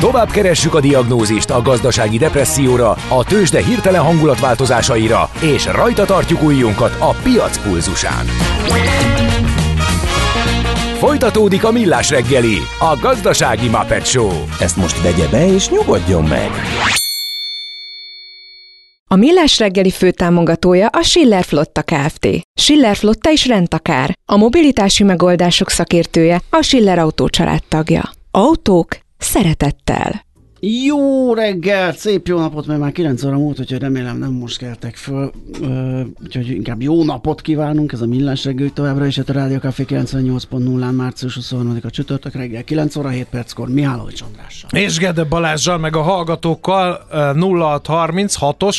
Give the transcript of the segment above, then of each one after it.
Tovább keressük a diagnózist a gazdasági depresszióra, a tőzsde hirtelen hangulatváltozásaira, és rajta tartjuk ujjunkat a piac pulzusán. Folytatódik a Millás reggeli, a gazdasági Muppet Show. Ezt most vegye be és nyugodjon meg! A Millás reggeli főtámogatója a Schiller Flotta Kft. Schiller Flotta is rendtakár. A mobilitási megoldások szakértője, a Schiller Autó család tagja. Autók szeretettel. Jó reggelt, szép jó napot, mert már 9 óra múlt, úgyhogy remélem nem most keltek föl, úgyhogy inkább jó napot kívánunk, ez a Millás reggel továbbra is, a Rádió Café 98.0-án március 23-a csütörtök reggel 9 óra 7 perckor Mihálovics Andrással. És Gede Balázsral, meg a hallgatókkal 0636-os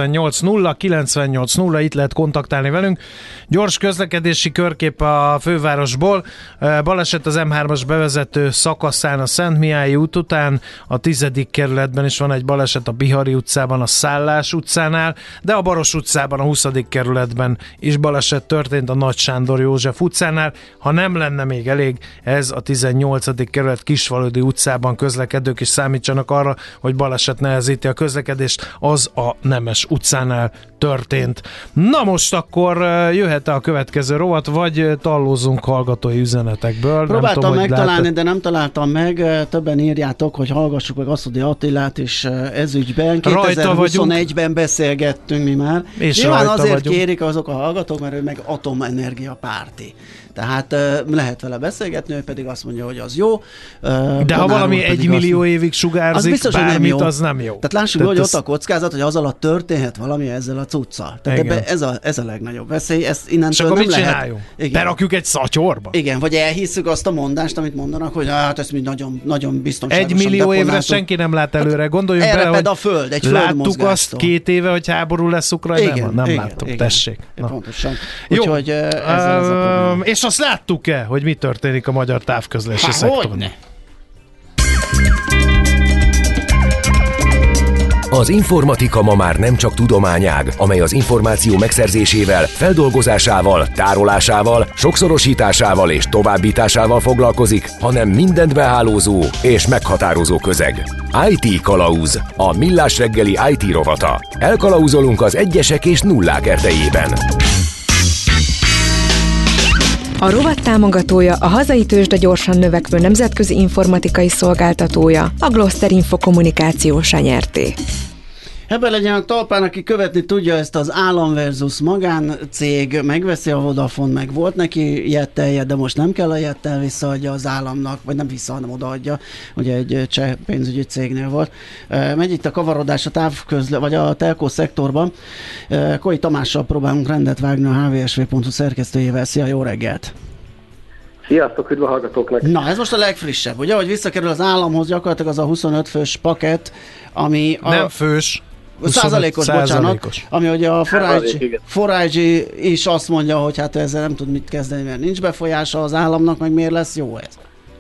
98.0 itt lehet kontaktálni velünk. Gyors közlekedési körkép a fővárosból, baleset az M3-as bevezető szakaszán a Szentmiályi út után, a 10. kerületben is van egy baleset a Bihari utcában, a Szállás utcánál, de a Baros utcában, a 20. kerületben is baleset történt a Nagy Sándor József utcánál. Ha nem lenne még elég, ez a 18. kerület Kisfaludy utcában közlekedők is számítsanak arra, hogy baleset nehezíti a közlekedést, az a Nemes utcánál történt. Na most akkor jöhet-e a következő rovat, vagy tallózunk hallgatói üzenetekből? Próbáltam megtalálni, de nem találtam meg. Többen írjátok, hogy hallgassuk meg Aszodi Attilát is ezügyben. 2021-ben beszélgettünk mi már. És nyilván azért vagyunk. Kérik azok a hallgatók, mert ő meg atomenergia párti. Tehát lehet vele beszélgetni, ő pedig azt mondja, hogy az jó. De ha valami 1 millió évig sugárzik, biztos, bármit, nem az nem jó. Tehát lássuk, hogy ott a kockázat, hogy az alatt történhet valami ezzel a cuccal. Tehát ez a legnagyobb veszély. Ezt innentől nem mit lehet. Csináljunk? Berakjuk egy szatyorba? Igen, vagy elhisszük azt a mondást, amit mondanak, hogy hát ez mind nagyon, nagyon biztonságosan 1 millió évre senki nem lát előre. Gondoljunk bele, hogy a föld, egy láttuk azt 2 éve, hogy háború lesz Ukrajnában? Nem láttuk, igen. Tessék. Pontosan. Jó. Úgyhogy ezzel ez a probléma. És azt láttuk-e, hogy mi történik a magyar távközlési szektorban? Az informatika ma már nem csak tudományág, amely az információ megszerzésével, feldolgozásával, tárolásával, sokszorosításával és továbbításával foglalkozik, hanem mindent behálózó és meghatározó közeg. IT Kalauz, a Millás reggeli IT rovata. Elkalauzolunk az egyesek és nullák erdejében. A rovat támogatója a hazai tőzsde gyorsan növekvő nemzetközi informatikai szolgáltatója, a Gloster Info Kommunikáció Nyrt. Ebben legyen a talpán, aki követni tudja ezt az állam versus magán cég, megveszi a Vodafone, meg volt neki jettelje, de most nem kell a jettel, visszaadja az államnak, vagy nem vissza, hanem odaadja, ugye egy cseh pénzügyi cégnél volt. Megy itt a kavarodás a vagy a telkó szektorban. Koi Tamással próbálunk rendet vágni, a hvsv.hu szerkesztőjével. Szia, jó reggelt! Sziasztok, üdv a hallgatóknak! Na, ez most a legfrissebb, ugye, hogy visszakerül az államhoz gyakorlatilag az a 25 fős paket, ami nem fős, százalékos, bocsánat, ami ugye a Forage is azt mondja, hogy hát ezzel nem tud mit kezdeni, mert nincs befolyása az államnak, meg miért lesz jó ez?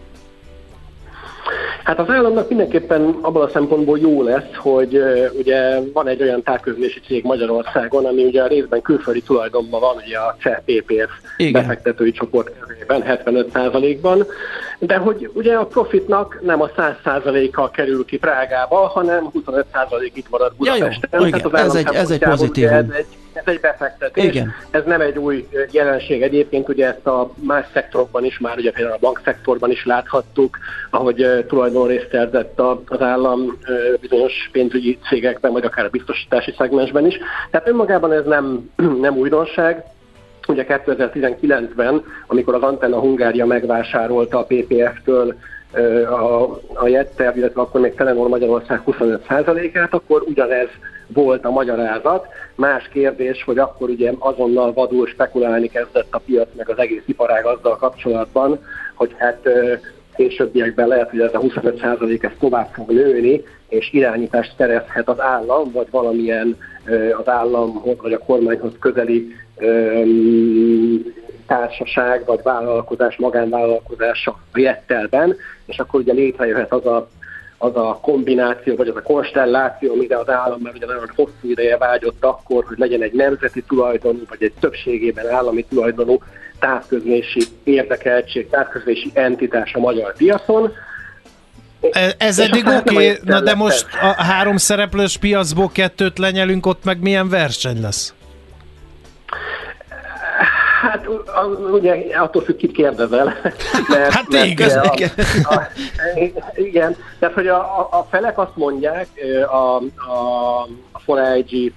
Hát az államnak mindenképpen abban a szempontból jó lesz, hogy ugye van egy olyan távközlési cég Magyarországon, ami ugye a részben külföldi tulajdonban van, ugye a cseh PPF befektetői csoport kezében 75%-ban, de hogy ugye a profitnak nem a 100%-a kerül ki Prágába, hanem 25% itt marad Budapesten. Ja, ez egy pozitívum. Ez egy befektetés. Igen. Ez nem egy új jelenség egyébként, ugye ezt a más szektorokban is már, ugye például a bankszektorban is láthattuk, ahogy tulajdonrészt szerzett az állam bizonyos pénzügyi cégekben, vagy akár a biztosítási szegmensben is. Tehát önmagában ez nem újdonság. Ugye 2019-ben, amikor az Antenna Hungária megvásárolta a PPF-től a Jettel, illetve akkor még Telenor Magyarország 25%-át, akkor ugyanez volt a magyarázat. Más kérdés, hogy akkor ugye azonnal vadul spekulálni kezdett a piac, meg az egész iparág azzal kapcsolatban, hogy hát későbbiekben lehet, hogy ez a 25% ez tovább fog nőni, és irányítást szerezhet az állam, vagy valamilyen az államhoz, vagy a kormányhoz közeli társaság, vagy vállalkozás, magánvállalkozás a Jettelben, és akkor ugye létrejöhet az a kombináció, vagy az a konstelláció, amire az állam már ugye nagyon hosszú ideje vágyott akkor, hogy legyen egy nemzeti tulajdonú, vagy egy többségében állami tulajdonú távközlési érdekeltség, távközlési entitás a magyar piacon. Ez eddig oké, na de most a 3 szereplős piacból 2-t lenyelünk, ott meg milyen verseny lesz? Hát ugye attól függ, kit kérdezel. Hát téged. Igen, tehát hogy a felek azt mondják, a 4IG,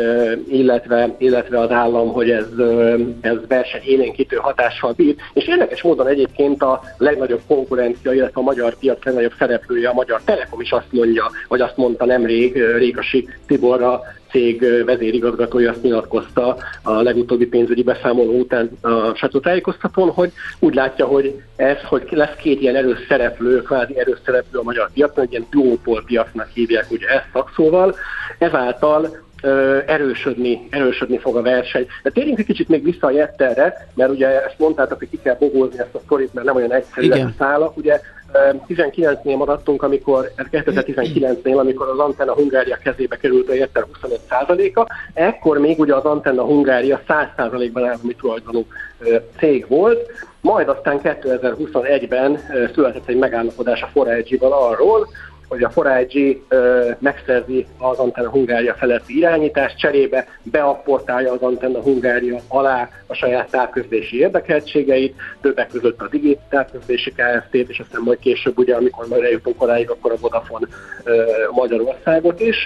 illetve az állam, hogy ez verseny élénkítő hatással bír, és érdekes módon egyébként a legnagyobb konkurencia, illetve a magyar piac legnagyobb szereplője, a Magyar Telekom is azt mondja, vagy azt mondta nemrég Rékasi Tibor, a cég vezérigazgatója azt nyilatkozta a legutóbbi pénzügyi beszámoló után a sajtótájékoztatón, hogy úgy látja, hogy lesz 2 ilyen erőszereplő, kvázi erőszereplő a magyar piacon, egy ilyen duopól piacnak hívják ugye ezt szakszóval, ezáltal erősödni fog a verseny. De térjünk egy kicsit még vissza a Jettelre, mert ugye ezt mondtátok, hogy ki kell bogózni ezt a sztorit, mert nem olyan egyszerű a szála. Ugye 19-nél maradtunk, 2019-nél, amikor az Antenna Hungária kezébe került a Jettel 25%-a, ekkor még ugye az Antenna Hungária 100%-ban állami tulajdonú cég volt, majd aztán 2021-ben született egy megállapodás a 4IG-val arról, hogy a 4IG megszerzi az Antenna Hungária feletti irányítást, cserébe beapportálja az Antenna Hungária alá a saját távközlési érdekeltségeit, többek között a Digi távközlési Kft-t, és aztán majd később, ugye, amikor majd eljutunk odáig, akkor a Vodafone Magyarországot is.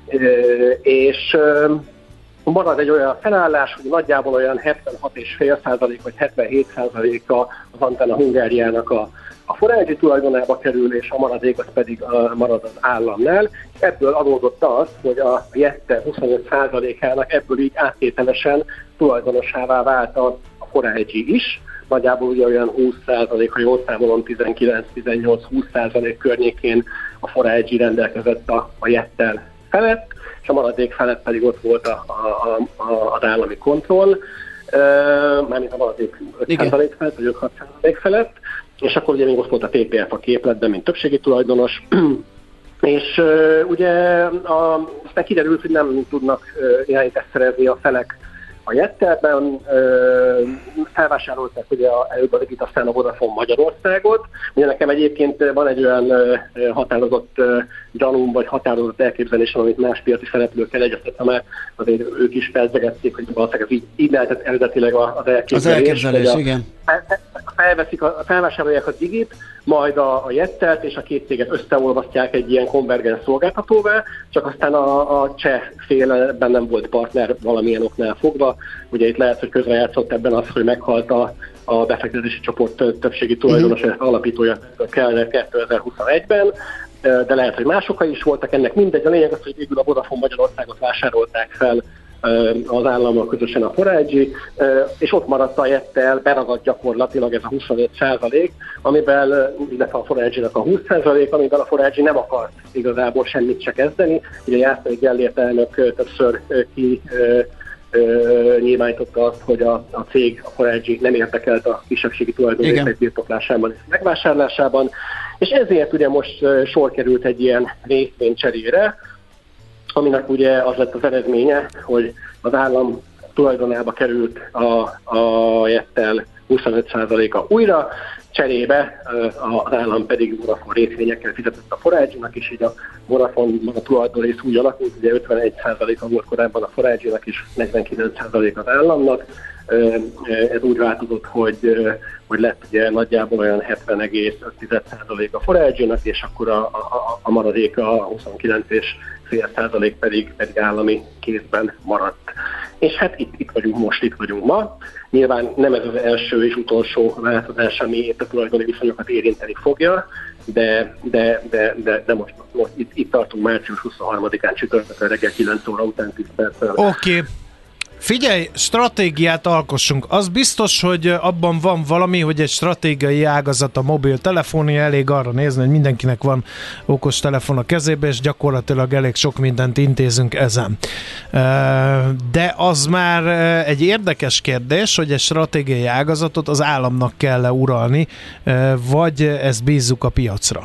És marad egy olyan felállás, hogy nagyjából olyan 76,5% vagy 77%-a az Antenna Hungáriának a 4IG tulajdonába kerül, és a maradék az pedig marad az államnál. Ebből adódott az, hogy a Jettel 25%-ának ebből így áttételesen tulajdonosává vált a 4IG is. Nagyjából ugye olyan 20%, ha jól számolom, 19-18-20% környékén a 4IG rendelkezett a Jettel felett, és a maradék felett pedig ott volt az állami kontroll, mármint a maradék 5% felett, vagy 5-6% felett, és akkor ugye még ott volt a TPF a képletben, mint többségi tulajdonos, és ugye aztán kiderült, hogy nem tudnak irányítást szerezni a felek a Jettelben, felvásárolták ugye előbb a Digit, aztán a Vodafone Magyarországot. Ugye nekem egyébként van egy olyan határozott gyanúm, vagy határozott elképzelésem, amit más piaci szereplőkkel egyeztettem, mert azért ők is felzegették, hogy valószínűleg ez így lehetett eredetileg az elképzelés. Az elképzelés, igen. Felvásárolják a Digit, majd a Jettelt, és a két céget összeolvasztják egy ilyen konvergens szolgáltatóvá, csak aztán a cseh fél ebben nem volt partner valamilyen oknál fogva. Ugye itt lehet, hogy közrejátszott ebben az, hogy meghalt a befektetési csoport többségi tulajdonos, alapítója kellene 2021-ben, de lehet, hogy más okai is voltak ennek. Mindegy, a lényeg az, hogy végül a Vodafone Magyarországot vásárolták fel az állammal közösen a 4IG, és ott maradt a Jettel, beragadt gyakorlatilag ez a 25%, amivel, illetve a 4IG-nak a 20%, amivel a 4IG nem akart igazából semmit se kezdeni. Ugye Jászai Gellért elnök többször nyilvánította azt, hogy a cég, a 4IG nem érdekelt a kisebbségi tulajdonrészek birtoklásában és megvásárlásában, és ezért ugye most sor került egy ilyen részvénycserére, aminek ugye az lett az eredménye, hogy az állam tulajdonába került a Jettel 25%-a újra, cserébe az állam pedig Vodafone részvényekkel fizetett a 4IG-nak, és így a Vodafone a tulajdonrész úgy alakult, ugye 51%-a volt korábban a 4IG-nak, és 49% az államnak. Ez úgy változott, hogy lett ugye nagyjából olyan 70,5% a 4IG-nak, és akkor a maradék a 29,5% pedig állami kézben maradt. És hát itt vagyunk ma. Nyilván nem ez az első és utolsó változás, ami itt a tulajdoni viszonyokat érinteni fogja, de most itt tartunk március 23-án csütörtökön reggel 9 óra után 10 perccel. Oké. Figyelj, stratégiát alkossunk. Az biztos, hogy abban van valami, hogy egy stratégiai ágazat a mobiltelefonia, elég arra nézni, hogy mindenkinek van okos telefon a kezébe, és gyakorlatilag elég sok mindent intézünk ezen. De az már egy érdekes kérdés, hogy egy stratégiai ágazatot az államnak kell uralni, vagy ezt bízzuk a piacra.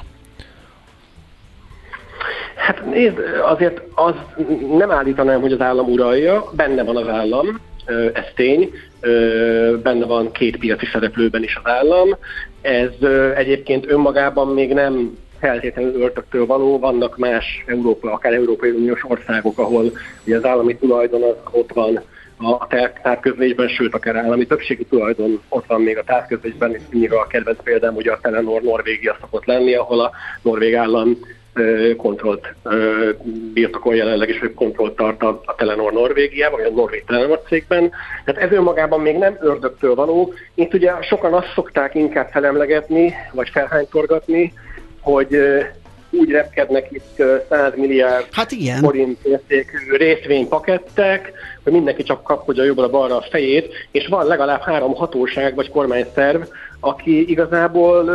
Hát nézd, azért az nem állítanám, hogy az állam uralja, benne van az állam, ez tény, benne van két piaci szereplőben is az állam. Ez egyébként önmagában még nem feltétlenül ördögtől való, vannak más akár Európai Uniós országok, ahol ugye az állami tulajdon az ott van a távközlésben, sőt, akár állami többségi tulajdon ott van még a távközlésben, és mindig a kedvenc példám ugye a Telenor Norvégia szokott lenni, ahol a norvég állam kontrollt birtokol jelenleg is, hogy kontrollt tart a Telenor Norvégiában, vagy a norvég Telenor cégben. Tehát ez önmagában még nem ördögtől való. Itt ugye sokan azt szokták inkább felemlegetni, vagy felhánytorgatni, hogy úgy repkednek itt 100 milliárd forint értékű részvénypakettek, hogy mindenki csak kapkodja jobbra-balra a fejét, és van legalább 3 hatóság vagy kormányszerv, aki igazából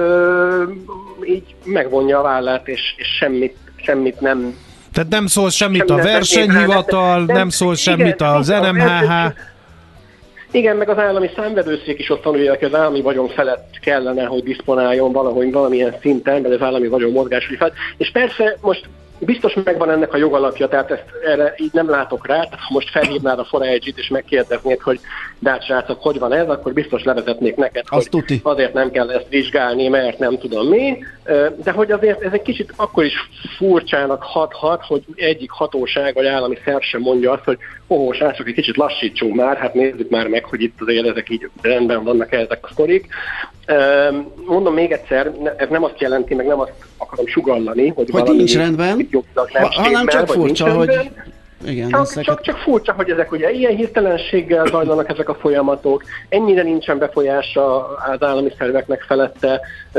így megvonja a vállát, és semmit nem... Tehát nem szól semmit a versenyhivatal, nem szól semmit az NMHH. Igen, meg az állami számvevőszék is ott van, hogy az állami vagyon felett kellene, hogy diszponáljon valamilyen szinten, mert az állami vagyon mozgási fel. És persze most biztos megvan ennek a jogalapja, tehát erre így nem látok rá, tehát ha most felhívnád a Forágyit és megkérdeznéd, hogy srácok, hogy van ez, akkor biztos levezetnék neked, hogy azért nem kell ezt vizsgálni, mert nem tudom mi, de hogy azért ez egy kicsit akkor is furcsának hathat, hogy egyik hatóság vagy állami szerv sem mondja azt, hogy srácok, egy kicsit lassítsunk már, hát nézzük már meg, hogy itt azért ezek így rendben vannak ezek a sztorik. Mondom még egyszer, ez nem azt jelenti, meg nem azt akarom sugallani, hogy valami nincs rendben, hanem csak furcsa, hogy... Igen, csak furcsa, hogy ezek ugye ilyen hirtelenséggel zajlanak ezek a folyamatok, ennyire nincsen befolyása az állami szerveknek felette,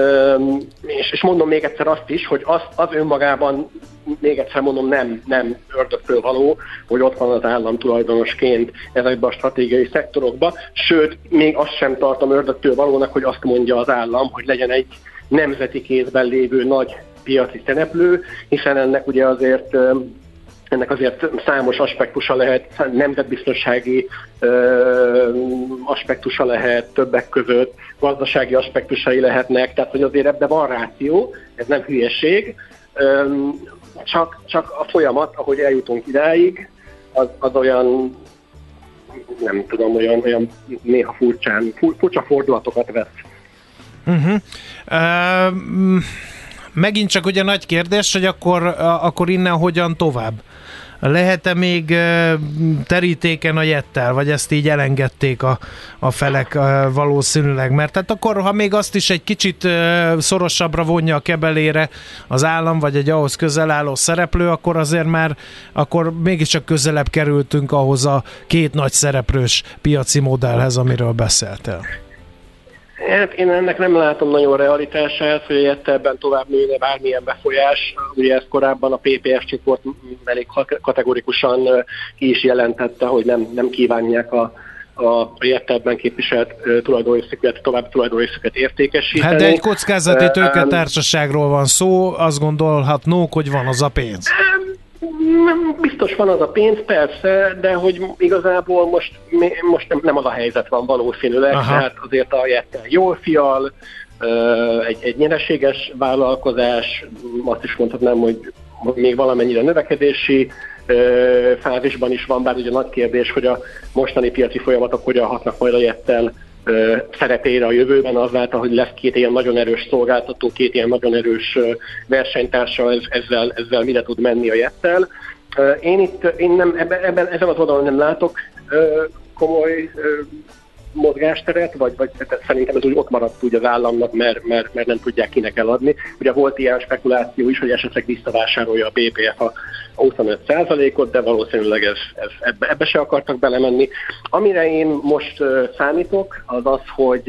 és mondom még egyszer azt is, hogy az önmagában, még egyszer mondom, nem ördögtől való, hogy ott van az állam tulajdonosként ezekben a stratégiai szektorokban, sőt, még azt sem tartom ördögtől valónak, hogy azt mondja az állam, hogy legyen egy nemzeti kézben lévő nagy piaci szereplő, hiszen ennek ugye azért számos aspektusa lehet, nemzetbiztonsági aspektusa lehet többek között, gazdasági aspektusai lehetnek, tehát hogy azért ebben van ráció, ez nem hülyeség, csak a folyamat, ahogy eljutunk idáig, az olyan, nem tudom, olyan néha furcsa fordulatokat vesz. Megint csak ugye nagy kérdés, hogy akkor innen hogyan tovább? Lehet-e még terítéken a jettel, vagy ezt így elengedték a felek valószínűleg? Mert tehát akkor, ha még azt is egy kicsit szorosabbra vonja a kebelére az állam, vagy egy ahhoz közel álló szereplő, akkor azért már akkor mégiscsak közelebb kerültünk ahhoz a 2 nagy szereplős piaci modellhez, amiről beszéltél. Hát én ennek nem látom nagyon realitását, hogy ebben tovább nőne bármilyen befolyás. Ugye ezt korábban a PPF csoport elég kategorikusan ki is jelentette, hogy nem kívánják a Jettelben képviselt tulajdonrészüket, további tulajdonrészüket értékesíteni. Hát de egy kockázati tőketársaságról van szó, azt gondolhatnók, hogy van az a pénz. Biztos van az a pénz, persze, de hogy igazából most nem az a helyzet van valószínűleg, tehát azért a Jettel jól fial, egy nyereséges vállalkozás, azt is mondhatnám, hogy még valamennyire növekedési fázisban is van, bár ugye nagy kérdés, hogy a mostani piaci folyamatok hogyan hatnak majd a Jettel szerepére a jövőben, azáltal, hogy lesz 2 ilyen nagyon erős szolgáltató, 2 ilyen nagyon erős versenytársa, ezzel mire tud menni a Jettel. Én nem, ebben ezen az oldalon nem látok komoly mozgásteret, vagy szerintem ez úgy ott maradt úgy az államnak, mert nem tudják kinek eladni. Ugye volt ilyen spekuláció is, hogy esetleg visszavásárolja a BPF a 25%-ot, de valószínűleg ebbe se akartak belemenni. Amire én most számítok, az az, hogy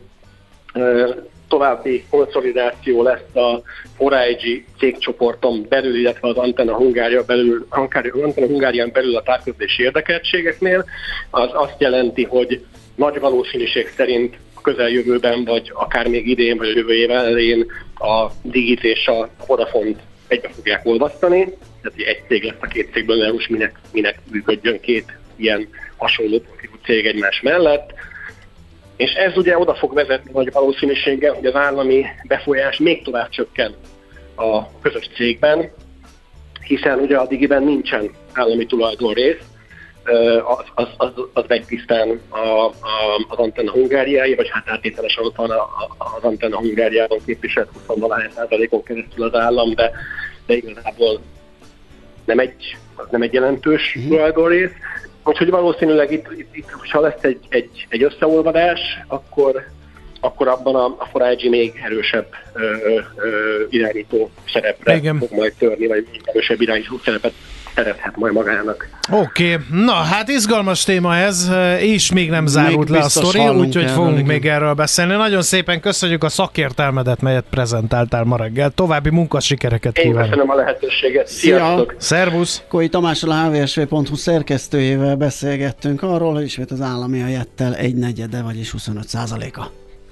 további konszolidáció lesz a Forágyi cégcsoporton belül, illetve az Antena Hungárián belül a távközlési érdekeltségeknél. Az azt jelenti, hogy nagy valószínűség szerint a közeljövőben, vagy akár még idén, vagy a jövő év elején a Digit és a Vodafont egybe fogják olvasztani. Tehát egy cég lesz a 2 cégből, mert most minek működjön 2 ilyen hasonló cég egymás mellett. És ez ugye oda fog vezetni nagy valószínűséggel, hogy az állami befolyás még tovább csökken a közös cégben, hiszen ugye a Digiben nincsen állami tulajdonrész, az megy tisztán az Antenna Hungáriáé, vagy hát áttételesen ott van az Antenna Hungáriában képviselt 20% keresztül az állam, de igazából nem egy jelentős tulajdonrész. Úgyhogy valószínűleg itt ha lesz egy összeolvadás, akkor abban a 4G még erősebb irányító szerepre fog majd törni, vagy még erősebb irányító szerepet szerezhet majd magának. Oké. Na hát izgalmas téma ez, és még nem zárult le a sztori, úgyhogy fogunk még erről beszélni. Nagyon szépen köszönjük a szakértelmedet, melyet prezentáltál ma reggel. További munkasikereket kívánok. Én köszönöm a lehetőséget. Sziasztok! Szervusz! Kói Tamással, a hvsv.hu szerkesztőjével beszélgettünk arról, hogy ismét az állami a jettel 1/4, vagyis 25%-a.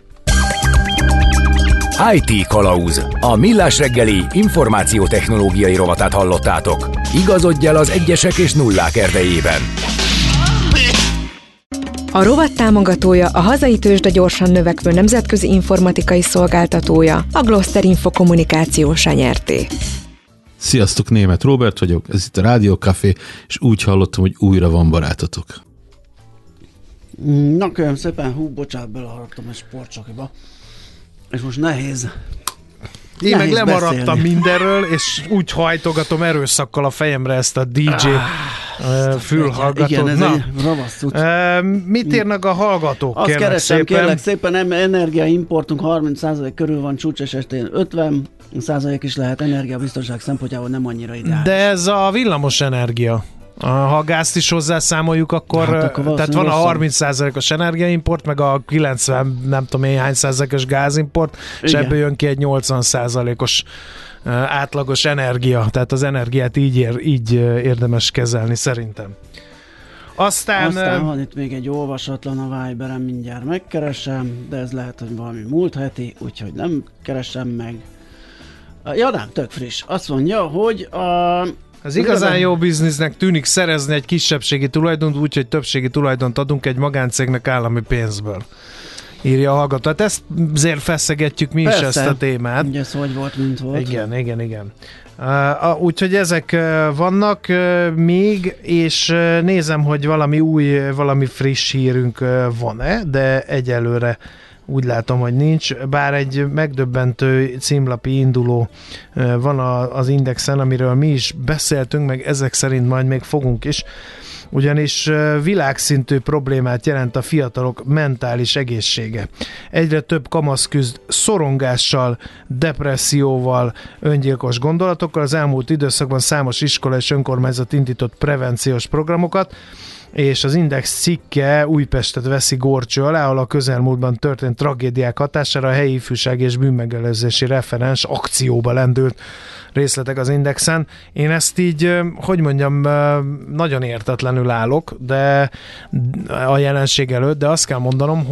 IT Kalauz. A Millás reggeli információtechnológiai rovatát hallottátok. Igazodj el az egyesek és nullák erdejében. A rovat támogatója a hazai tőzsde gyorsan növekvő nemzetközi informatikai szolgáltatója, a Gloster Info Kommunikációs Nyrt. Sziasztok, Németh Róbert vagyok, ez itt a Rádió Café, és úgy hallottam, hogy újra van barátotok. Na kérem szépen, bocsánat, belehallottam egy sportcsokiba. És most nehéz. Én meg lemaradtam mindenről, és úgy hajtogatom erőszakkal a fejemre ezt a DJ fülhallgatót. Igen, ez egy ravasz mit írnak a hallgatók? Azt keresem, kérlek szépen, energiaimportunk 30% körül van, csúcs esetén 50% is lehet, energiabiztonság szempontjából nem annyira ideális. De ez a villamos energia. Ha a gázt is hozzászámoljuk, akkor tehát van a 30%-os energiaimport, meg a 90 nem tudom én hány százalékos gázimport, és ebből jön ki egy 80%-os átlagos energia. Tehát az energiát így érdemes kezelni szerintem. Aztán van itt még egy olvasatlan a Viberen, mindjárt megkeresem, de ez lehet, hogy valami múlt heti, úgyhogy nem keresem meg. Ja nem, tök friss. Azt mondja, hogy az igazán jó biznisznek tűnik szerezni egy kisebbségi tulajdont, úgyhogy többségi tulajdont adunk egy magáncégnek állami pénzből. Írja a hallgató. Hát ezt azért feszegetjük mi is ezt a témát. Ugye ez hogy volt, mint volt. Igen. Úgyhogy ezek vannak még, és nézem, hogy valami új, valami friss hírünk van-e, de egyelőre úgy látom, hogy nincs, bár egy megdöbbentő címlapi induló van az Indexen, amiről mi is beszéltünk, meg ezek szerint majd még fogunk is, ugyanis világszintű problémát jelent a fiatalok mentális egészsége. Egyre több kamasz küzd szorongással, depresszióval, öngyilkos gondolatokkal. Az elmúlt időszakban számos iskola és önkormányzat indított prevenciós programokat, és az Index cikke Újpestet veszi górcső alá, ahol a közelmúltban történt tragédiák hatására a helyi ifjúság és bűnmegelőzési referens akcióba lendült. Részletek az Indexen. Én ezt így, hogy mondjam, nagyon értetlenül állok, de a jelenség előtt, de azt kell mondanom,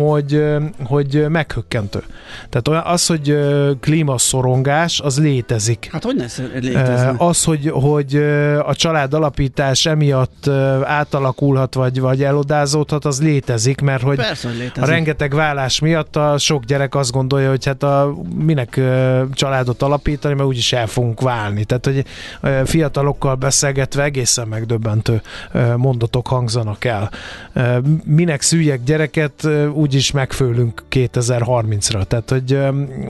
hogy meghökkentő. Tehát az, hogy klímaszorongás, az létezik. Hát hogy ne létezne? Az, hogy a családalapítás emiatt átalakulhat, vagy elodázódhat, az létezik, mert hogy a rengeteg vállás miatt a sok gyerek azt gondolja, hogy hát minek családot alapítani, mert úgyis el fogunk válni. Tehát, hogy fiatalokkal beszélgetve egészen megdöbbentő mondatok hangzanak el. Minek szüljek gyereket, úgyis megfőlünk 2030-ra. Tehát, hogy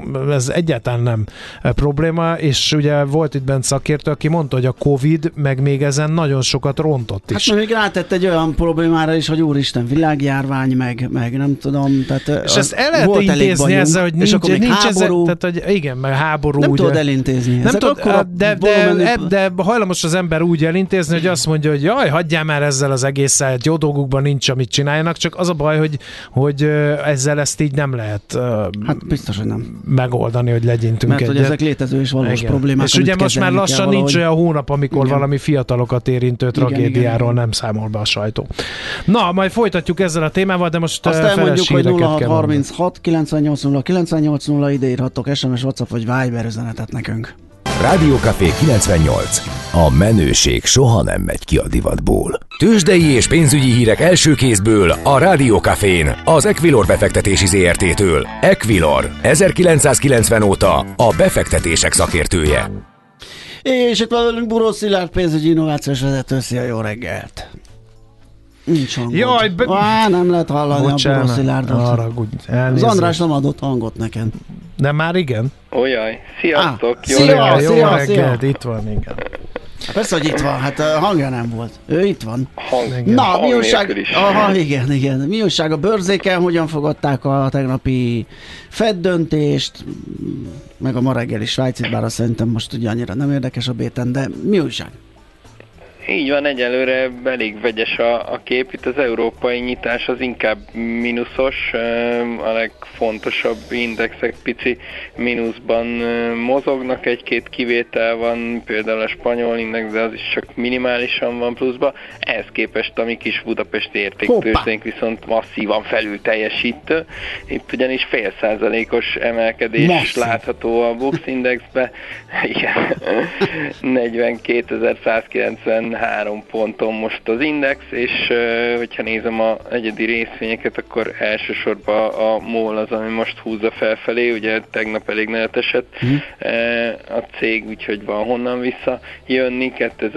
ez egyáltalán nem probléma, és ugye volt itt bent szakértő, aki mondta, hogy a Covid meg még ezen nagyon sokat rontott is. Hát még rátett egy olyan problémára is, hogy úristen, világjárvány, meg nem tudom. Tehát és ezt el lehet intézni ezzel, hogy nincs háború. Tehát, hogy igen, meg háború. Nem tudod elintézni. Nem tudod, de hajlamos az ember úgy elintézni, hogy azt mondja, hogy jaj, hagyjál már ezzel az egésszel, jó dolgukban nincs, amit csináljanak, csak az a baj, hogy ezzel ezt így nem lehet hát biztos, hogy nem megoldani, hogy legyintünk egyet. Mert hogy ezek létező és valós problémák. És ugye most már lassan nincs olyan hónap, amikor valami fiatalokat érintő tragédiáról nem számol be a sajtó. Na, majd folytatjuk ezzel a témával, de most azt elmondjuk, hogy 0636 98 98 0 ide írhattok SMS, WhatsApp vagy Viber üzenetet nekünk. Rádiókafé 98. A menőség soha nem megy ki a divatból. Tőzsdei és pénzügyi hírek első kézből a Rádiókafén, az Equilor befektetési ZRT-től. Equilor, 1990 óta a befektetések szakértője. És itt van velünk Buró Szilárd, pénzügyi innovációs vezető. Szia, jó reggelt! Nincs hangod. Jaj, nem lehet hallani a Buró Szilárdot. Az András nem adott hangot neked. De már igen? Ójaj, sziasztok! Jó reggelt, itt van, igen. Persze, hogy itt van, hát a hangja nem volt. Ő itt van. Na, mi újság? Aha, igen. Mi újság a bőrzéken? Hogyan fogadták a tegnapi Fed döntést? Meg a ma reggeli svájcit, bár azt szerintem most ugye annyira nem érdekes a béten, de mi újság? Így van, egyelőre elég vegyes a kép. Itt az európai nyitás az inkább mínuszos, a legfontosabb indexek pici mínuszban mozognak, egy-két kivétel van, például a spanyol index, de az is csak minimálisan van pluszba. Ehhez képest a mi kis budapesti értéktőzsdénk viszont masszívan felül teljesítő. Itt ugyanis 0,5%-os emelkedés látható a Bux Indexbe. Igen. 42.193 ponton most az index, és hogyha nézem a egyedi részvényeket, akkor elsősorban a MOL az, ami most húzza felfelé, ugye tegnap elég nagyot esett a cég, úgyhogy van honnan visszajönni,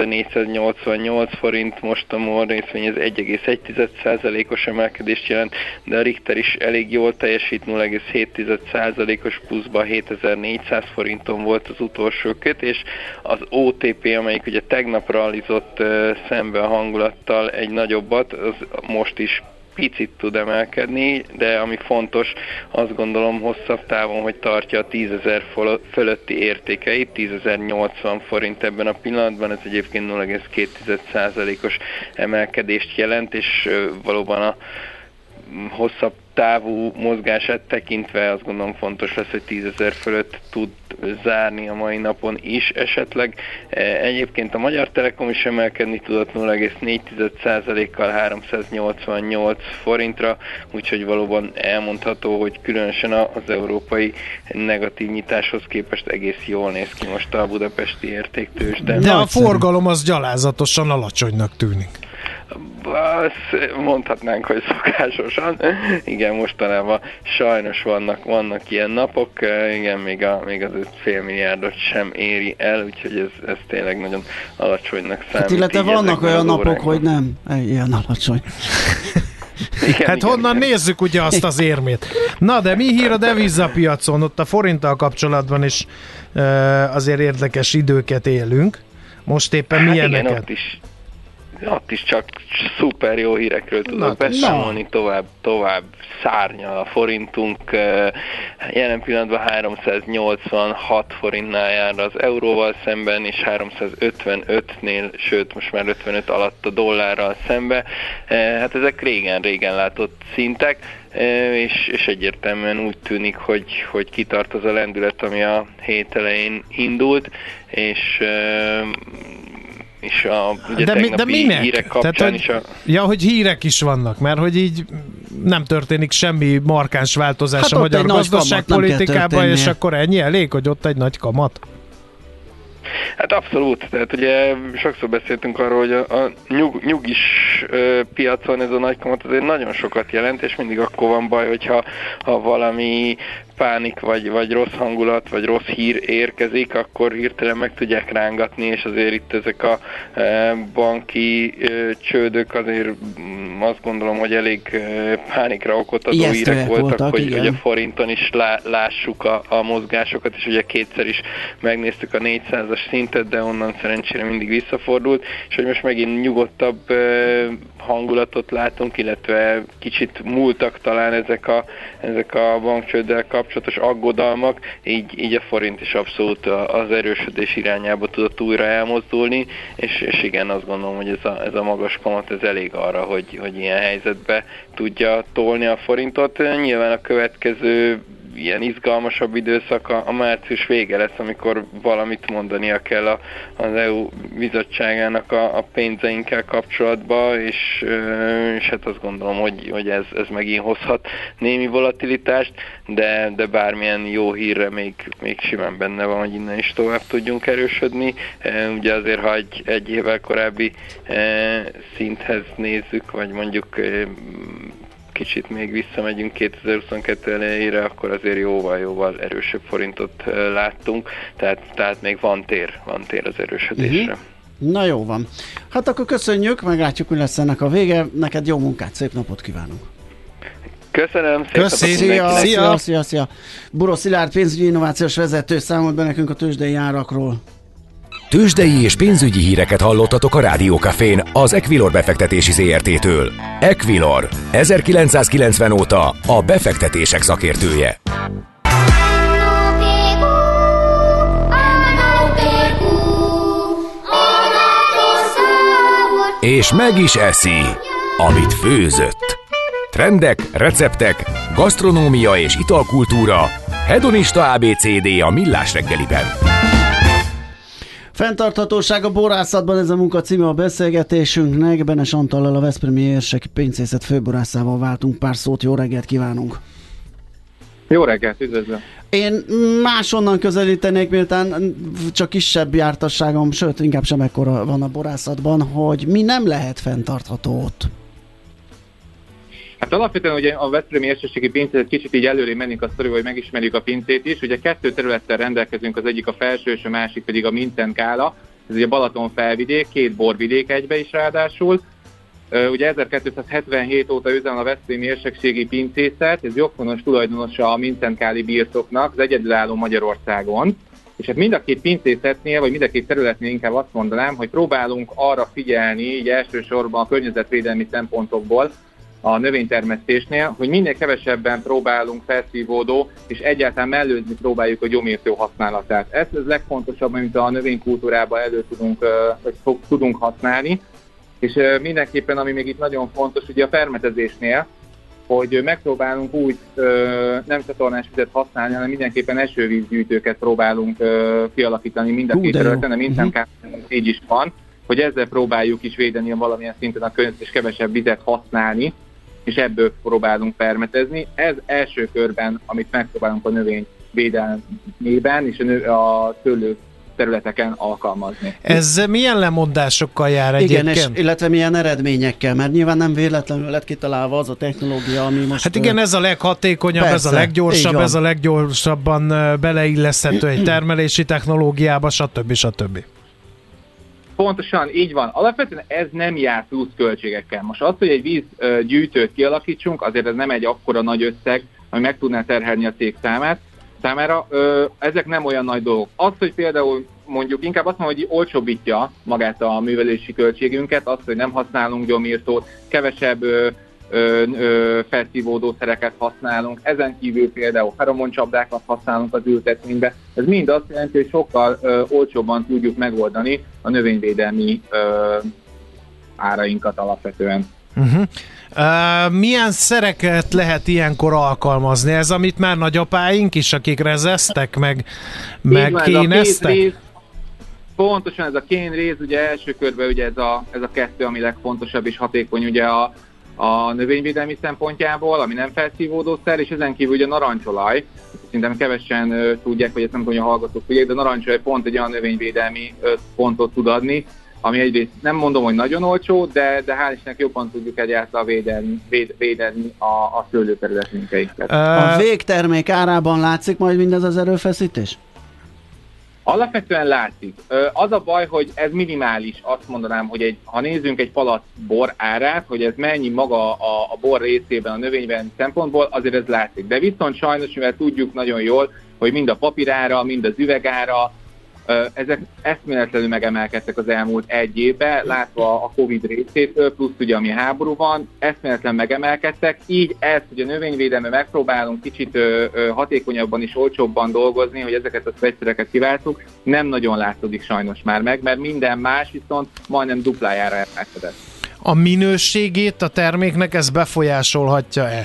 2488 forint, most a MOL részvény ez 1,1%-os emelkedést jelent, de a Richter is elég jól teljesít, 0,7%-os pluszban 7400 forinton volt az utolsó kötés, az OTP, amelyik ugye tegnap realizott szembe a hangulattal egy nagyobbat, az most is picit tud emelkedni, de ami fontos, azt gondolom hosszabb távon, hogy tartja a 10.000 fölötti értékeit, 10.080 forint ebben a pillanatban, ez egyébként 0,2%-os emelkedést jelent, és valóban a hosszabb távú mozgását tekintve azt gondolom fontos lesz, hogy 10.000 fölött tud zárni a mai napon is esetleg. Egyébként a Magyar Telekom is emelkedni tudott 0,4%-kal 388 forintra, úgyhogy valóban elmondható, hogy különösen az európai negatív nyitáshoz képest egész jól néz ki most a budapesti értéktőzsde. De a forgalom az gyalázatosan alacsonynak tűnik. Azt mondhatnánk, hogy szokásosan. Igen, mostanában sajnos vannak ilyen napok, igen, még az 5,5 milliárdot sem éri el, úgyhogy ez tényleg nagyon alacsonynak számít. Hát illetve vannak olyan napok, hogy nem ilyen alacsony. Igen, honnan nézzük ugye azt az érmét. Na, de mi hír a devizapiacon? Ott a forinttal kapcsolatban is azért érdekes időket élünk. Most éppen milyeneket? Igen, ott is csak szuper jó hírekről tudok beszámolni, tovább szárnyal a forintunk, jelen pillanatban 386 forintnál jár az euróval szemben, és 355-nél, sőt most már 55 alatt a dollárral szembe. Hát ezek régen látott szintek, és egyértelműen úgy tűnik, hogy kitart az a lendület, ami a hét elején indult, és ugye de minek? Hírek kapcsán tehát, hogy hírek is vannak, mert hogy így nem történik semmi markáns változás a magyar gazdaságpolitikában, és akkor ennyi elég, hogy ott egy nagy kamat? Hát abszolút, tehát ugye sokszor beszéltünk arról, hogy a nyugis piacon ez a nagy kamat azért nagyon sokat jelent, és mindig akkor van baj, hogyha valami pánik, vagy rossz hangulat, vagy rossz hír érkezik, akkor hirtelen meg tudják rángatni, és azért itt ezek a banki csődök azért azt gondolom, hogy elég pánikra okot adó hírek voltak, hogy a forinton is lássuk a mozgásokat, és ugye kétszer is megnéztük a 400-as szintet, de onnan szerencsére mindig visszafordult, és hogy most megint nyugodtabb hangulatot látunk, illetve kicsit múltak talán ezek a bankcsőddel kapcsolatos aggodalmak, így a forint is abszolút az erősödés irányába tudott újra elmozdulni, és igen, azt gondolom, hogy ez a magas kamat ez elég arra, hogy ilyen helyzetbe tudja tolni a forintot. Nyilván a következő ilyen izgalmasabb időszak a március vége lesz, amikor valamit mondania kell az EU bizottságának a pénzeinkkel kapcsolatban, és hát azt gondolom, hogy ez megint hozhat némi volatilitást, de bármilyen jó hírre még simán benne van, hogy innen is tovább tudjunk erősödni. Ugye azért, ha egy évvel korábbi szinthez nézzük, tehát mondjuk kicsit még visszamegyünk 2022 elejére, akkor azért jóval erősebb forintot láttunk, tehát még van tér az erősödésre. Na jó van. Hát akkor köszönjük, meglátjuk, hogy lesz ennek a vége. Neked jó munkát, szép napot kívánunk. Köszönöm, Szia. Buró Szilárd pénzügyi innovációs vezető számolt be nekünk a tőzsdei árakról. Tőzsdei és pénzügyi híreket hallottatok a Rádiókafén az Equilor befektetési ZRT-től. Equilor, 1990 óta a befektetések szakértője. És meg is eszi, amit főzött. Trendek, receptek, gasztronómia és italkultúra, hedonista ABCD a Millás reggeliben. Fenntarthatóság a borászatban, ez a munka címe a beszélgetésünknek. Benes Antallal, a Veszprémi Érseki Pincészet főborászával váltunk pár szót. Jó reggelt kívánunk! Jó reggelt, üdvözlöm! Én másonnan közelítenék, miután csak kisebb jártasságom, sőt, inkább sem ekkora van a borászatban, hogy mi nem lehet fenntartható ott. Hát alapvetően ugye a Veszprémi Érseki Pincészet kicsit így előre mennénk a sztorival, hogy megismerjük a pincét is. Ugye 2 területtel rendelkezünk, az egyik a felső és a másik pedig a Mincenkála. Ez ugye Balaton felvidék, 2 borvidék egybe is ráadásul. Ugye 1277 óta üzemel a Veszprémi Érsekségi Pincészet, ez joghonos tulajdonosa a Mincenkáli birtoknak, az egyedülálló Magyarországon. És hát mind a 2 pincészetnél, vagy mind a 2 területnél inkább azt mondanám, hogy próbálunk arra figyelni, így elsősorban a környezetvédelmi szempontokból, a növénytermesztésnél, hogy minél kevesebben próbálunk felszívódó, és egyáltalán mellőzni próbáljuk a gyomírtó használatát. Ez az legfontosabb, amit a növénykultúrában tudunk használni, és mindenképpen, ami még itt nagyon fontos, ugye a permetezésnél, hogy megpróbálunk úgy nem csatornás vizet használni, hanem mindenképpen esővízgyűjtőket próbálunk kialakítani mind a 2 területen, de minden így is van, hogy ezzel próbáljuk is védeni valamilyen szinten a környezetet, és kevesebb vizet használni, és ebből próbálunk permetezni. Ez első körben, amit megpróbálunk a növény védelmében és a szőlő területeken alkalmazni. Ez milyen lemondásokkal jár egyébként? Igen, illetve milyen eredményekkel, mert nyilván nem véletlenül lett kitalálva az a technológia, ami most... Hát igen, ez a leghatékonyabb, persze, ez a leggyorsabb, ez a leggyorsabban beleilleszthető egy termelési technológiába, stb. Pontosan, így van. Alapvetően ez nem jár plusz költségekkel. Most az, hogy egy vízgyűjtőt kialakítsunk, azért ez nem egy akkora nagy összeg, ami meg tudná terhelni a cég számára. Ezek nem olyan nagy dolgok. Az, hogy például mondjuk inkább azt mondom, hogy olcsóbbítja magát a művelési költségünket, az, hogy nem használunk gyomírtót, kevesebb felszívódószereket használunk, ezen kívül például feromoncsapdákat használunk az ültetvénybe. Ez mind azt jelenti, hogy sokkal olcsóbban tudjuk megoldani a növényvédelmi árainkat alapvetően. Milyen szereket lehet ilyenkor alkalmazni? Ez, amit már nagyapáink is, akik rezesztek, meg kéneztek? Pontosan ez a kénréz, ugye első körben ugye ez a 2, ami legfontosabb és hatékony ugye a növényvédelmi szempontjából, ami nem felszívódószer, és ezen kívül ugye a narancsolaj, szerintem kevesen tudják, vagy ezt nem tudja, hallgatók tudják, de a narancsolaj pont egy olyan növényvédelmi pontot tud adni, ami egyrészt nem mondom, hogy nagyon olcsó, de hál' Istennek jobban tudjuk egyáltalán védeni a szőlőterületünket. A végtermék árában látszik majd mindez az erőfeszítés? Alapvetően látszik. Az a baj, hogy ez minimális, azt mondanám, hogy ha nézzünk egy palack bor árát, hogy ez mennyi maga a bor részében a növényben szempontból, azért ez látszik. De viszont sajnos, mivel tudjuk nagyon jól, hogy mind a papírára, mind az üvegára, ezek eszméletlenül megemelkedtek az elmúlt 1 évben, látva a Covid részétől, plusz ugye ami háború van, eszméletlen megemelkedtek, így ezt, hogy a növényvédelme megpróbálunk kicsit hatékonyabban és olcsóbban dolgozni, hogy ezeket a vegyszereket kiváltuk, nem nagyon látszódik sajnos már meg, mert minden más viszont majdnem duplájára emelkedett. A minőségét a terméknek ez befolyásolhatja-e?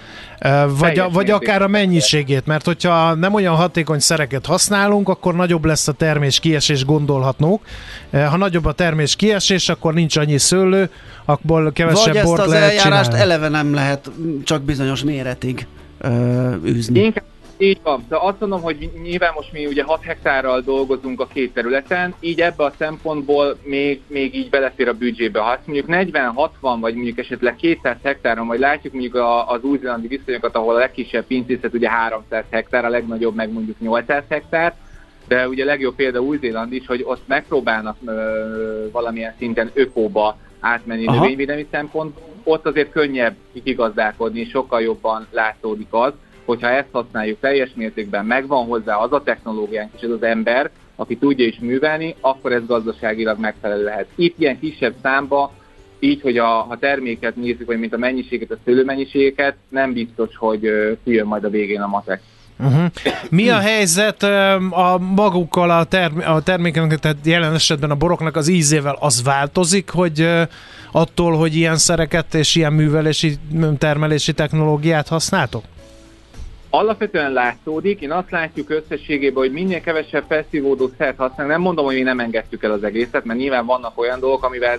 Vagy akár a mennyiségét, mert hogyha nem olyan hatékony szereket használunk, akkor nagyobb lesz a termés kiesés, gondolhatnók. Ha nagyobb a termés kiesés, akkor nincs annyi szőlő, abból kevesebb bort lehet csinálni. Vagy ezt az eljárást eleve nem lehet csak bizonyos méretig űzni. Inkább így van. De azt mondom, hogy nyilván most mi ugye 6 hektárral dolgozunk a 2 területen, így ebben a szempontból még így belefér a büdzsébe. Ha azt mondjuk 40-60, vagy mondjuk esetleg 200 hektáron, vagy látjuk mondjuk az új-zélandi viszonyokat, ahol a legkisebb pincészet ugye 300 hektár, a legnagyobb meg mondjuk 800 hektár, de ugye legjobb példa Új-Zéland is, hogy ott megpróbálnak valamilyen szinten ökóba átmenni növényvédelmi szempontból, ott azért könnyebb kigazdálkodni, sokkal jobban látszódik az, hogyha ezt használjuk teljes mértékben, megvan hozzá az a technológiánk és az az ember, aki tudja is művelni, akkor ez gazdaságilag megfelelő lehet. Itt ilyen kisebb számba, így, hogy ha terméket nézzük, vagy mint a mennyiséget, a szőlőmennyiségeket, nem biztos, hogy kijön majd a végén a matek. Mi a helyzet a magukkal a termékeknek, tehát jelen esetben a boroknak az ízével? Az változik, hogy attól, hogy ilyen szereket és ilyen művelési, termelési technológiát használtok? Alapvetően látszódik, én azt látjuk összességében, hogy minél kevesebb felszívódó szert használunk. Nem mondom, hogy mi nem engedtük el az egészet, mert nyilván vannak olyan dolgok, amivel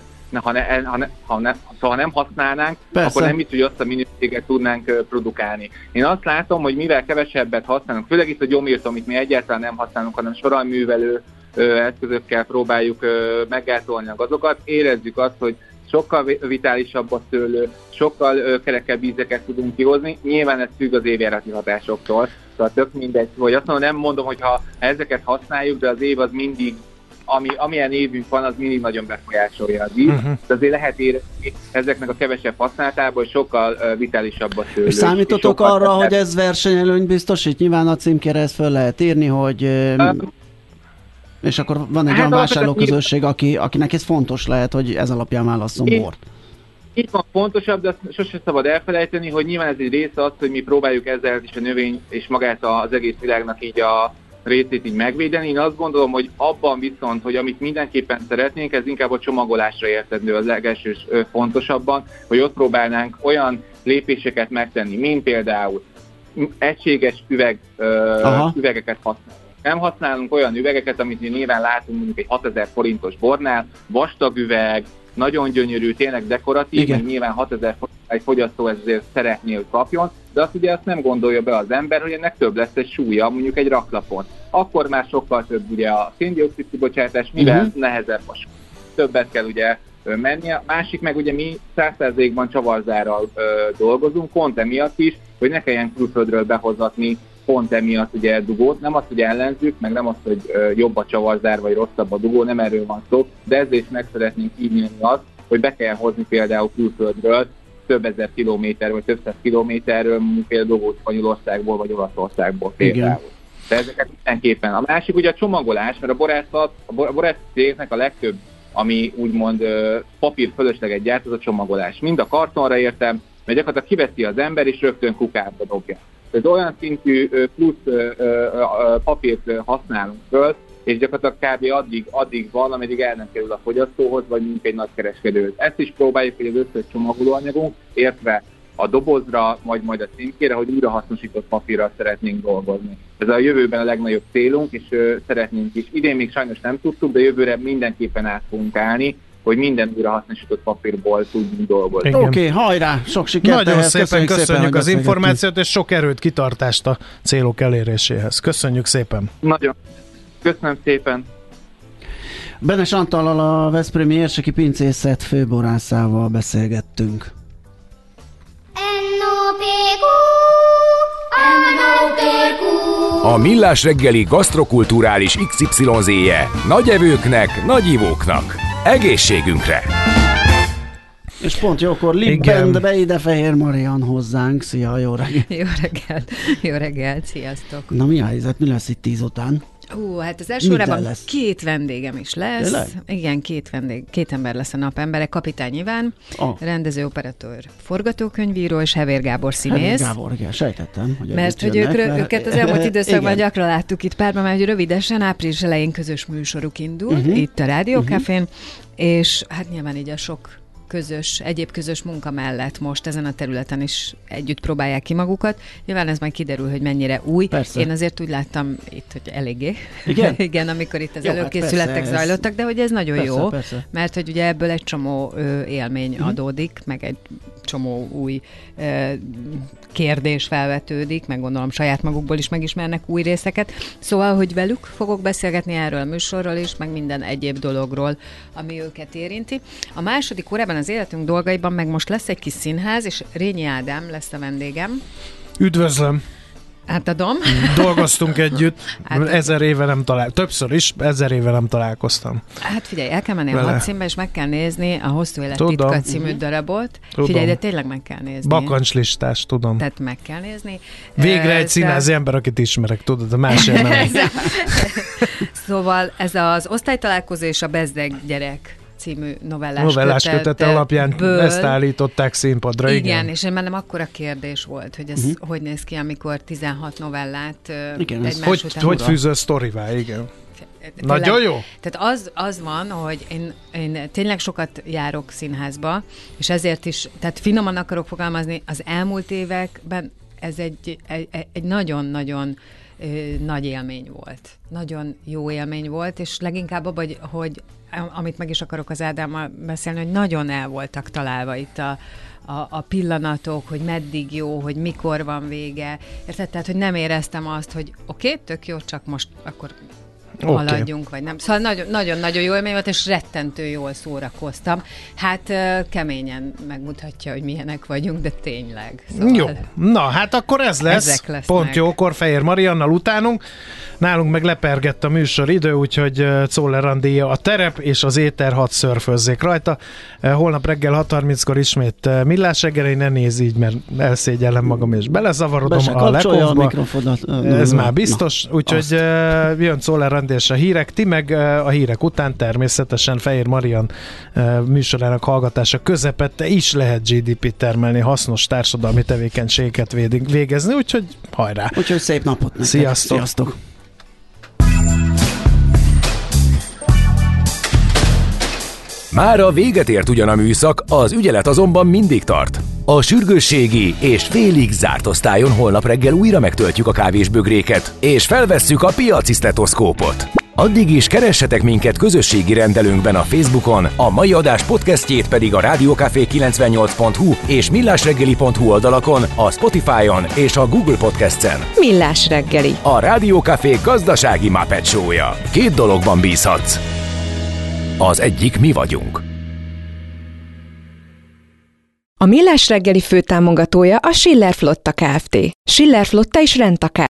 ha nem használnánk, persze, akkor nem biztos, hogy azt a minőséget tudnánk produkálni. Én azt látom, hogy mivel kevesebbet használunk, főleg itt a gyomírt, amit mi egyáltalán nem használunk, hanem sorajművelő eszközökkel próbáljuk meggátolni a gazokat, érezzük azt, hogy sokkal vitálisabb a szőlő, sokkal kerekebb ízeket tudunk kihozni. Nyilván ez függ az évjárati hatásoktól. Tehát tök mindegy, hogy azt mondom, nem mondom, hogy ha ezeket használjuk, de az év az mindig, amilyen évünk van, az mindig nagyon befolyásolja az íz. De azért lehet érezni ezeknek a kevesebb használatából, sokkal vitálisabb a szőlő. Számítotok arra, hogy ez versenyelőnyt biztosít? Nyilván a címkére ezt föl lehet írni, hogy... És akkor van egy olyan vásárlóközösség, akinek ez fontos lehet, hogy ez alapján válasszon bort. Itt van fontosabb, de azt sosem szabad elfelejteni, hogy nyilván ez egy része az, hogy mi próbáljuk ezzel is a növény és magát az egész világnak így a részét így megvédeni. Én azt gondolom, hogy abban viszont, hogy amit mindenképpen szeretnénk, ez inkább a csomagolásra értendő az legelső fontosabban, hogy ott próbálnánk olyan lépéseket megtenni, mint például egységes üvegeket használni. Nem használunk olyan üvegeket, amit mi nyilván látunk mondjuk egy 6000 forintos bornál, vastag üveg, nagyon gyönyörű, tényleg dekoratív, meg nyilván 6000 forint egy fogyasztó ezért szeretné, hogy kapjon, de azt nem gondolja be az ember, hogy ennek több lesz egy súlya, mondjuk egy raklapon. Akkor már sokkal több ugye a szén-dioxid kibocsátás, mivel nehezebb a súly. Többet kell ugye mennie. Másik meg ugye mi 100%-ban csavarzárral dolgozunk, pont emiatt is, hogy ne kelljen külföldről behozatni pont emiatt ugye dugót, nem azt, hogy ellenzük, meg nem azt, hogy jobb a csavarzár, vagy rosszabb a dugó, nem erről van szó, de ezzel is meg szeretnénk így nyilni azt, hogy be kell hozni például külföldről több ezer kilométer, vagy több száz kilométerről, például dugót Spanyolországból, vagy Olaszországból például. De ezeket mindenképpen. A másik ugye a csomagolás, mert a borászati cégeknek a legtöbb, ami úgymond papír fölösleget gyárt, az a csomagolás. Mind a kartonra értem, mert gyakorlatilag kiveszi az ember, és rögtön kukába dobja. Ez olyan szintű plusz papírt használunk föl, és gyakorlatilag kb. addig van, ameddig el nem kerül a fogyasztóhoz, vagy mondjuk egy nagykereskedőhöz. Ezt is próbáljuk, hogy az összes csomagolóanyagunk, értve a dobozra, majd a címkére, hogy újrahasznosított papírral szeretnénk dolgozni. Ez a jövőben a legnagyobb célunk, és szeretnénk is. Idén még sajnos nem tudtuk, de jövőre mindenképpen át fogunk állni, hogy minden újrahasznosított papírból tudjunk dolgozni. Oké, hajrá! Sok sikert! Nagyon szépen köszönjük az információt, és sok erőt, kitartást a célok eléréséhez. Köszönjük szépen! Nagyon. Köszönöm szépen! Benes Antallal, a veszprémi érseki pincészet főborászával beszélgettünk. A Millás reggeli gasztrokulturális XYZ-je nagy evőknek, nagy ivóknak. Egészségünkre! És pont jókor libbent be ide Fehér Marian hozzánk. Szia, jó reggelt! Jó reggelt, sziasztok! Na mi a helyzet, mi lesz itt 10 után? Hát az első órában 2 vendégem is lesz. Tényleg? Igen, 2 ember lesz a napembere. Kapitány Iván, rendező, operatőr, forgatókönyvíró, és Hevér Gábor színész. Hevér Gábor, igen, sejtettem, hogy mert hogy őket az elmúlt időszakban gyakran láttuk itt párban, mert hogy rövidesen április elején közös műsoruk indult, itt a Rádió Cafén, és hát nyilván így a sok egyéb közös munka mellett most ezen a területen is együtt próbálják ki magukat. Nyilván ez majd kiderül, hogy mennyire új. Persze. Én azért úgy láttam itt, hogy eléggé. Igen? Igen, amikor itt az előkészületek zajlottak, de hogy ez nagyon jó, mert hogy ugye ebből egy csomó élmény adódik, meg egy csomó új kérdés felvetődik, meg gondolom saját magukból is megismernek új részeket. Szóval, hogy velük fogok beszélgetni erről a műsorról is, meg minden egyéb dologról, ami őket érinti. A második órában az életünk dolgaiban meg most lesz egy kis színház, és Rényi Ádám lesz a vendégem. Üdvözlöm! Átadom. Dolgoztunk együtt, 1000 éve nem többször is, 1000 éve nem találkoztam. Hát figyelj, el kell menni a hadszínbe, és meg kell nézni a Hosszú élet titka című darabot. Tudom. Figyelj, de tényleg meg kell nézni. Bakancslistás, tudom. Tehát meg kell nézni. Végre egy színházi ember, akit ismerek, tudod, a másért nem. Szóval ez az Osztálytalálkozó és a Bezdeg gyerek című novellás kötet alapján ezt állították színpadra. Igen, és én bennem akkora kérdés volt, hogy ez hogy néz ki, amikor 16 novellát egymás után... Hogy fűzöl sztorivá, igen. Nagyon jó. Tehát az van, hogy én tényleg sokat járok színházba, és ezért is, tehát finoman akarok fogalmazni, az elmúlt években ez egy nagyon-nagyon nagy élmény volt. Nagyon jó élmény volt, és leginkább abban, hogy amit meg is akarok az Ádámmal beszélni, hogy nagyon el voltak találva itt a pillanatok, hogy meddig jó, hogy mikor van vége. Érted? Tehát, hogy nem éreztem azt, hogy oké, tök jó, csak most akkor haladjunk, vagy nem. Szóval nagyon-nagyon jó élmény volt, és rettentő jól szórakoztam. Hát keményen megmutatja, hogy milyenek vagyunk, de tényleg. Szóval jó. Na, hát akkor ez lesz. Pont jókor Fejér Mariannal utánunk. Nálunk meg lepergett a műsor idő, úgyhogy Czoller Andéja a terep, és az éter, hadd szörfözzék rajta. Holnap reggel 6:30-kor ismét Millás reggeli, ne nézz így, mert elszégyellem magam, és belezavarodom a lekóba. Ez már biztos. Úgyhogy jön Czoller Andéja és a hírek, ti meg a hírek után természetesen Fejér Marian műsorának hallgatása közepette is lehet GDP-t termelni, hasznos társadalmi tevékenységeket végezni, úgyhogy hajrá! Úgyhogy szép napot nektek! Sziasztok! Mára véget ért ugyan a műszak, az ügyelet azonban mindig tart. A sürgősségi és félig zárt osztályon holnap reggel újra megtöltjük a kávésbögréket, és felvesszük a piaci sztetoszkópot. Addig is keressetek minket közösségi rendelőnkben a Facebookon, a mai adás podcastjét pedig a Rádiókafé 98.hu és millásreggeli.hu oldalakon, a Spotify-on és a Google Podcast-en. Millás reggeli. A Rádiókafé gazdasági Muppet show-ja. 2 dologban bízhatsz. Az egyik mi vagyunk. A Millás reggeli főtámogatója a Schiller Flotta Kft. Schiller Flotta és Rent-A-Car.